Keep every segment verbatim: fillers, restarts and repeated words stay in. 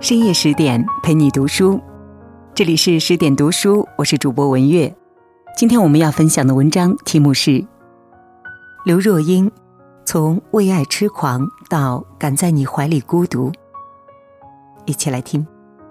深夜十点陪你读书，这里是十点读书，我是主播文月。今天我们要分享的文章题目是刘若英从为爱痴狂到敢在你怀里孤独。一起来听。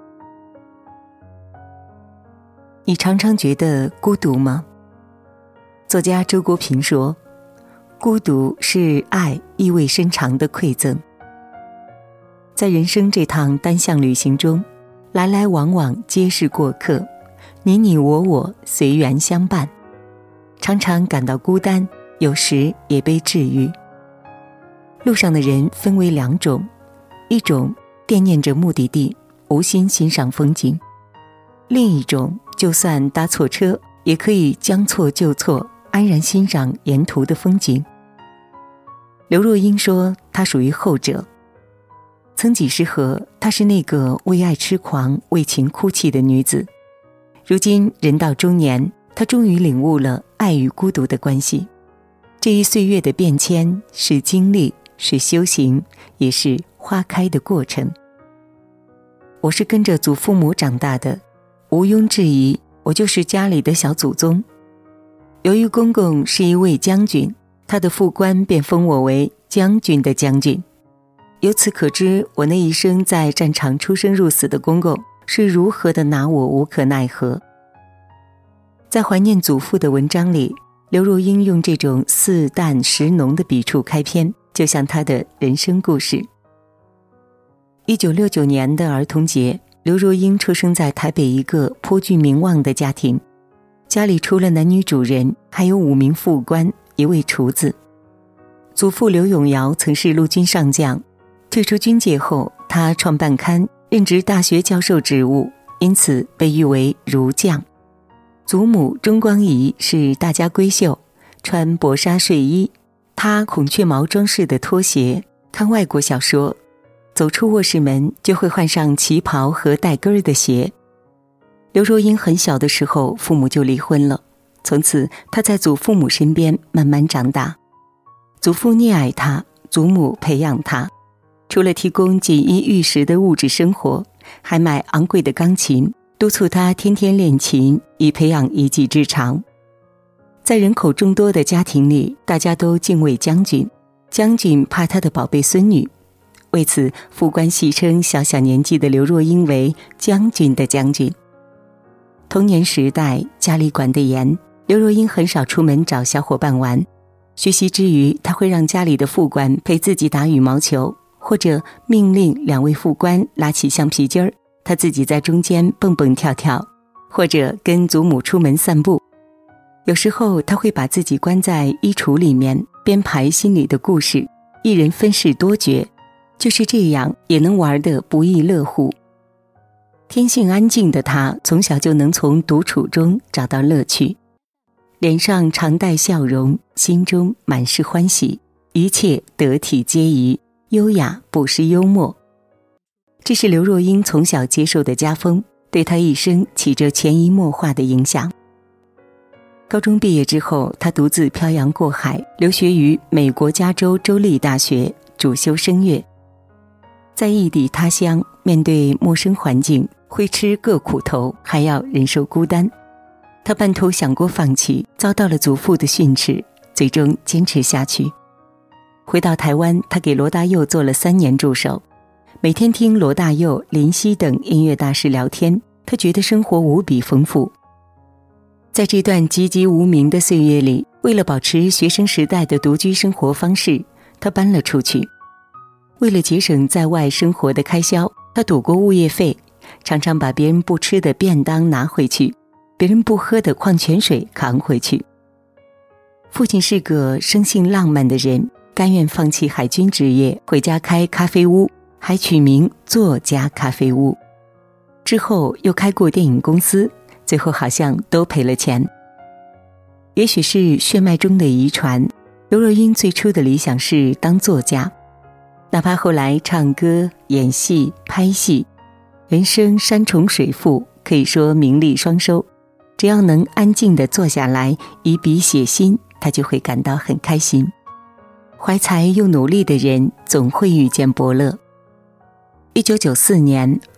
你常常觉得孤独吗？作家周国平说，孤独是爱意味深长的馈赠。在人生这趟单向旅行中，来来往往皆是过客，你你我我随缘相伴，常常感到孤单，有时也被治愈。路上的人分为两种，一种惦念着目的地，无心欣赏风景；另一种就算搭错车，也可以将错就错，安然欣赏沿途的风景。刘若英说，她属于后者。曾几时合，她是那个为爱痴狂、为情哭泣的女子。如今人到中年，她终于领悟了爱与孤独的关系。这一岁月的变迁，是经历，是修行，也是花开的过程。我是跟着祖父母长大的，毋庸置疑，我就是家里的小祖宗。由于公公是一位将军，他的副官便封我为将军的将军。由此可知，我那一生在战场出生入死的公公是如何的拿我无可奈何。在怀念祖父的文章里，刘若英用这种似淡实浓的笔触开篇，就像她的人生故事。一九六九年的儿童节，刘若英出生在台北一个颇具名望的家庭，家里除了男女主人，还有五名副官，一位厨子。祖父刘永尧曾是陆军上将，退出军界后，他创办刊，任职大学教授职务，因此被誉为儒将。祖母钟光仪是大家闺秀，穿薄纱睡衣，她孔雀毛装饰的拖鞋，看外国小说，走出卧室门就会换上旗袍和带跟儿的鞋。刘若英很小的时候，父母就离婚了，从此她在祖父母身边慢慢长大。祖父溺爱她，祖母培养她，除了提供锦衣玉食的物质生活，还买昂贵的钢琴，督促他天天练琴，以培养一技之长。在人口众多的家庭里，大家都敬畏将军，将军怕他的宝贝孙女，为此副官戏称小小年纪的刘若英为将军的将军。童年时代家里管得严，刘若英很少出门找小伙伴玩，学习之余，他会让家里的副官陪自己打羽毛球，或者命令两位副官拉起橡皮筋儿，他自己在中间蹦蹦跳跳，或者跟祖母出门散步。有时候他会把自己关在衣橱里面，编排心里的故事，一人分饰多角，就是这样也能玩得不亦乐乎。天性安静的他，从小就能从独处中找到乐趣，脸上常带笑容，心中满是欢喜，一切得体皆宜，优雅不失幽默。这是刘若英从小接受的家风，对她一生起着潜移默化的影响。高中毕业之后，她独自漂洋过海，留学于美国加州州立大学，主修声乐。在异地他乡，面对陌生环境，会吃各苦头，还要忍受孤单。她半途想过放弃，遭到了祖父的训斥，最终坚持下去。回到台湾，他给罗大佑做了三年助手，每天听罗大佑、林夕等音乐大师聊天，他觉得生活无比丰富。在这段籍籍无名的岁月里，为了保持学生时代的独居生活方式，他搬了出去。为了节省在外生活的开销，他躲过物业费，常常把别人不吃的便当拿回去，别人不喝的矿泉水扛回去。父亲是个生性浪漫的人，甘愿放弃海军职业，回家开咖啡屋，还取名作家咖啡屋。之后又开过电影公司，最后好像都赔了钱。也许是血脉中的遗传，刘若英最初的理想是当作家，哪怕后来唱歌、演戏、拍戏，人生山重水复，可以说名利双收，只要能安静地坐下来，以笔写心，他就会感到很开心。怀才又努力的人总会遇见伯乐。一九九四年，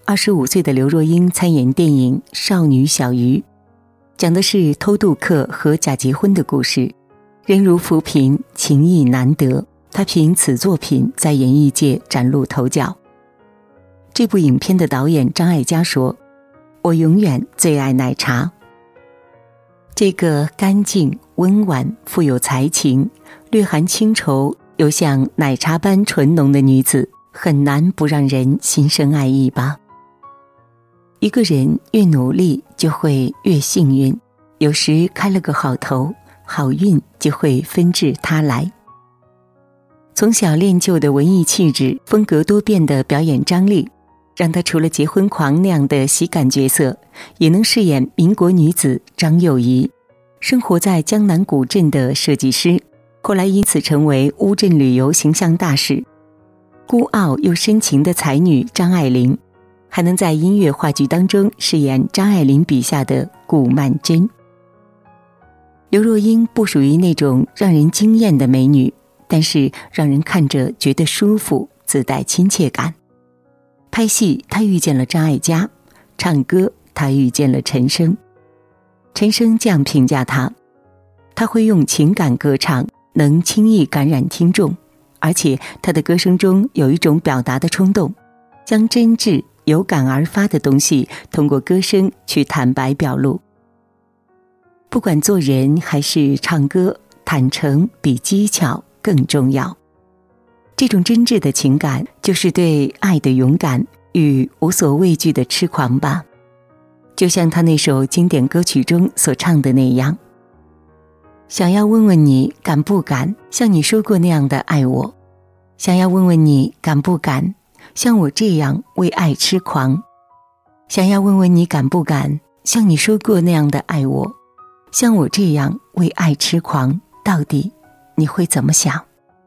二十五岁的刘若英参演电影《少女小鱼》，讲的是偷渡客和假结婚的故事。人如浮萍，情意难得，她凭此作品在演艺界崭露头角。这部影片的导演张艾嘉说：“我永远最爱奶茶。”这个干净、温婉、富有才情、略含清愁又像奶茶般纯浓的女子，很难不让人心生爱意吧。一个人越努力就会越幸运，有时开了个好头，好运就会纷至沓来。从小练就的文艺气质，风格多变的表演张力，让他除了结婚狂那样的喜感角色，也能饰演民国女子张幼仪，生活在江南古镇的设计师，后来因此成为乌镇旅游形象大使。孤傲又深情的才女张爱玲，还能在音乐话剧当中饰演张爱玲笔下的顾曼桢。刘若英不属于那种让人惊艳的美女，但是让人看着觉得舒服，自带亲切感。拍戏她遇见了张艾嘉，唱歌她遇见了陈升。陈升这样评价她：她会用情感歌唱，能轻易感染听众，而且她的歌声中有一种表达的冲动，将真挚有感而发的东西通过歌声去坦白表露。不管做人还是唱歌，坦诚比技巧更重要。这种真挚的情感，就是对爱的勇敢与无所畏惧的痴狂吧。就像他那首经典歌曲中所唱的那样，想要问问你敢不敢像你说过那样的爱我，想要问问你敢不敢像我这样为爱痴狂，想要问问你敢不敢像你说过那样的爱我，像我这样为爱痴狂，到底你会怎么想？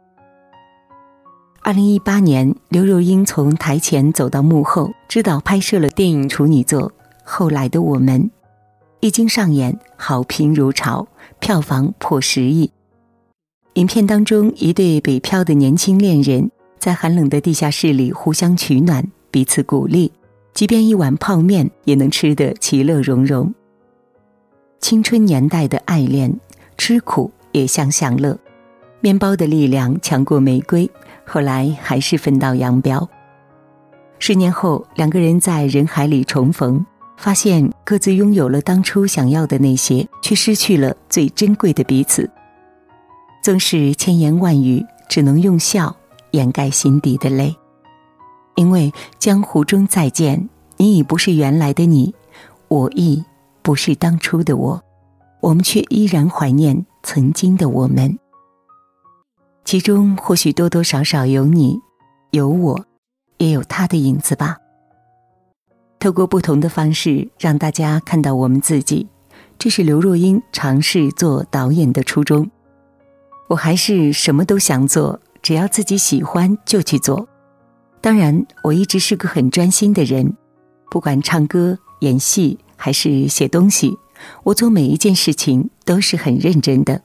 二零一八年，刘若英从台前走到幕后，指导拍摄了电影处女作《后来的我们》，一经上演，好评如潮，票房破十亿。影片当中，一对北漂的年轻恋人在寒冷的地下室里互相取暖，彼此鼓励，即便一碗泡面也能吃得其乐融融。青春年代的爱恋，吃苦也想享乐，面包的力量强过玫瑰，后来还是分道扬镳。十年后，两个人在人海里重逢，发现各自拥有了当初想要的那些，却失去了最珍贵的彼此。纵使千言万语，只能用笑掩盖心底的泪。因为江湖中再见，你已不是原来的你，我亦不是当初的我，我们却依然怀念曾经的我们。其中或许多多少少有你，有我，也有他的影子吧。透过不同的方式让大家看到我们自己，这是刘若英尝试做导演的初衷。我还是什么都想做，只要自己喜欢就去做。当然，我一直是个很专心的人，不管唱歌、演戏还是写东西，我做每一件事情都是很认真的。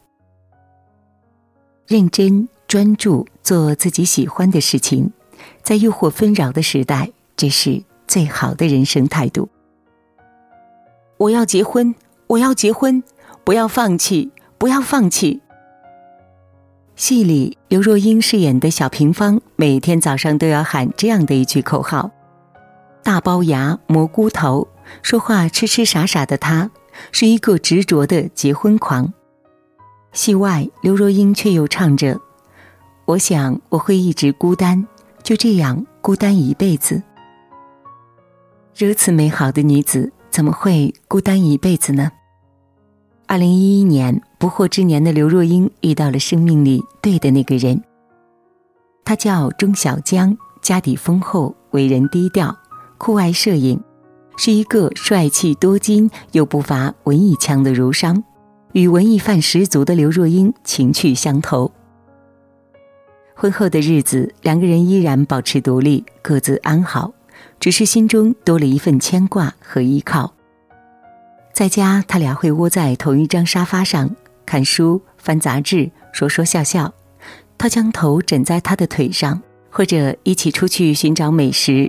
认真专注做自己喜欢的事情，在诱惑纷扰的时代，这是最好的人生态度。我要结婚，我要结婚，不要放弃，不要放弃。戏里刘若英饰演的小平芳，每天早上都要喊这样的一句口号：大龅牙，蘑菇头，说话痴痴傻傻的她，是一个执着的结婚狂。戏外，刘若英却又唱着：我想我会一直孤单，就这样孤单一辈子。如此美好的女子，怎么会孤单一辈子呢？二零一一年，不惑之年的刘若英遇到了生命里对的那个人。他叫钟小江，家底丰厚，为人低调，酷爱摄影，是一个帅气多金又不乏文艺腔的儒商，与文艺范十足的刘若英情趣相投。婚后的日子，两个人依然保持独立，各自安好，只是心中多了一份牵挂和依靠。在家，他俩会窝在同一张沙发上看书、翻杂志，说说笑笑。他将头枕在他的腿上，或者一起出去寻找美食，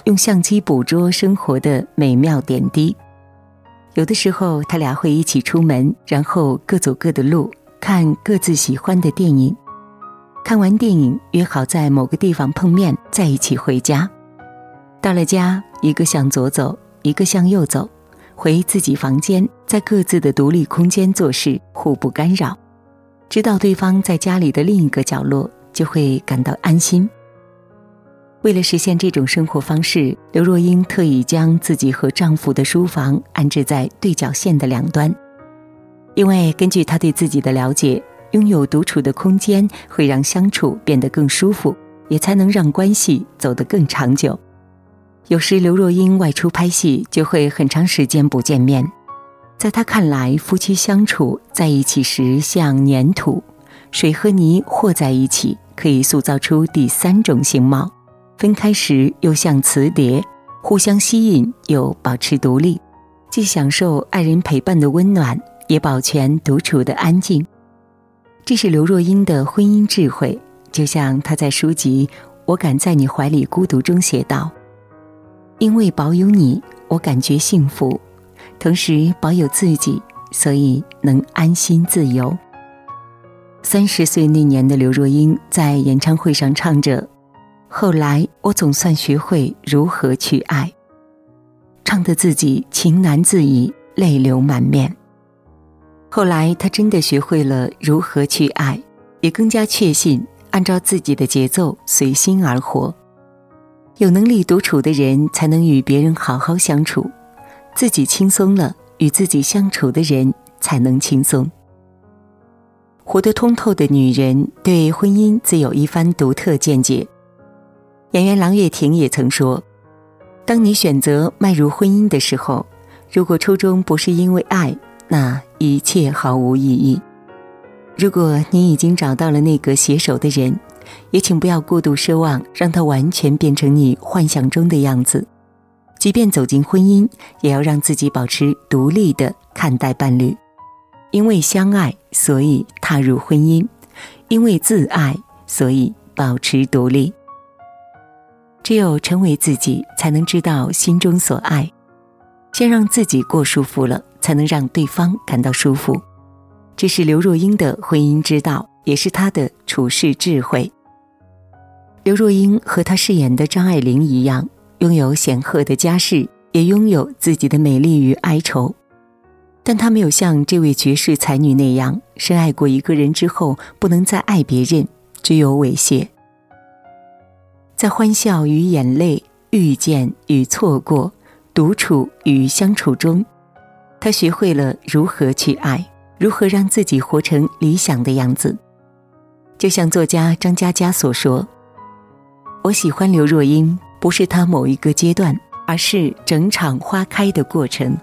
用相机捕捉生活的美妙点滴。有的时候他俩会一起出门，然后各走各的路，看各自喜欢的电影。看完电影约好在某个地方碰面，再一起回家。到了家，一个向左走，一个向右走，回自己房间，在各自的独立空间做事，互不干扰。知道对方在家里的另一个角落，就会感到安心。为了实现这种生活方式，刘若英特意将自己和丈夫的书房安置在对角线的两端。因为根据她对自己的了解，拥有独处的空间会让相处变得更舒服，也才能让关系走得更长久。有时刘若英外出拍戏，就会很长时间不见面。在她看来，夫妻相处在一起时像粘土，水和泥和在一起，可以塑造出第三种形貌。分开时又像磁碟，互相吸引又保持独立，既享受爱人陪伴的温暖，也保全独处的安静。这是刘若英的婚姻智慧，就像她在书籍《我敢在你怀里孤独》中写道：因为保有你，我感觉幸福，同时保有自己，所以能安心自由。三十岁那年的刘若英在演唱会上唱着后来我总算学会如何去爱，唱得自己情难自已，泪流满面。后来她真的学会了如何去爱，也更加确信按照自己的节奏随心而活。有能力独处的人才能与别人好好相处，自己轻松了，与自己相处的人才能轻松。活得通透的女人对婚姻自有一番独特见解。演员郎月婷也曾说，当你选择迈入婚姻的时候，如果初衷不是因为爱，那一切毫无意义。如果你已经找到了那个携手的人，也请不要过度奢望让他完全变成你幻想中的样子。即便走进婚姻，也要让自己保持独立地看待伴侣。因为相爱，所以踏入婚姻；因为自爱，所以保持独立。只有成为自己，才能知道心中所爱。先让自己过舒服了，才能让对方感到舒服。这是刘若英的婚姻之道，也是她的处世智慧。刘若英和她饰演的张爱玲一样，拥有显赫的家世，也拥有自己的美丽与哀愁。但她没有像这位绝世才女那样，深爱过一个人之后不能再爱别人，只有猥亵。在欢笑与眼泪、遇见与错过、独处与相处中，她学会了如何去爱，如何让自己活成理想的样子。就像作家张嘉佳所说，我喜欢刘若英，不是她某一个阶段，而是整场花开的过程。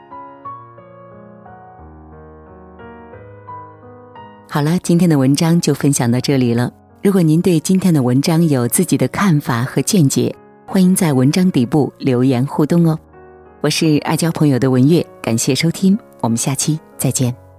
好了，今天的文章就分享到这里了。如果您对今天的文章有自己的看法和见解，欢迎在文章底部留言互动哦。我是爱交朋友的文月，感谢收听，我们下期再见。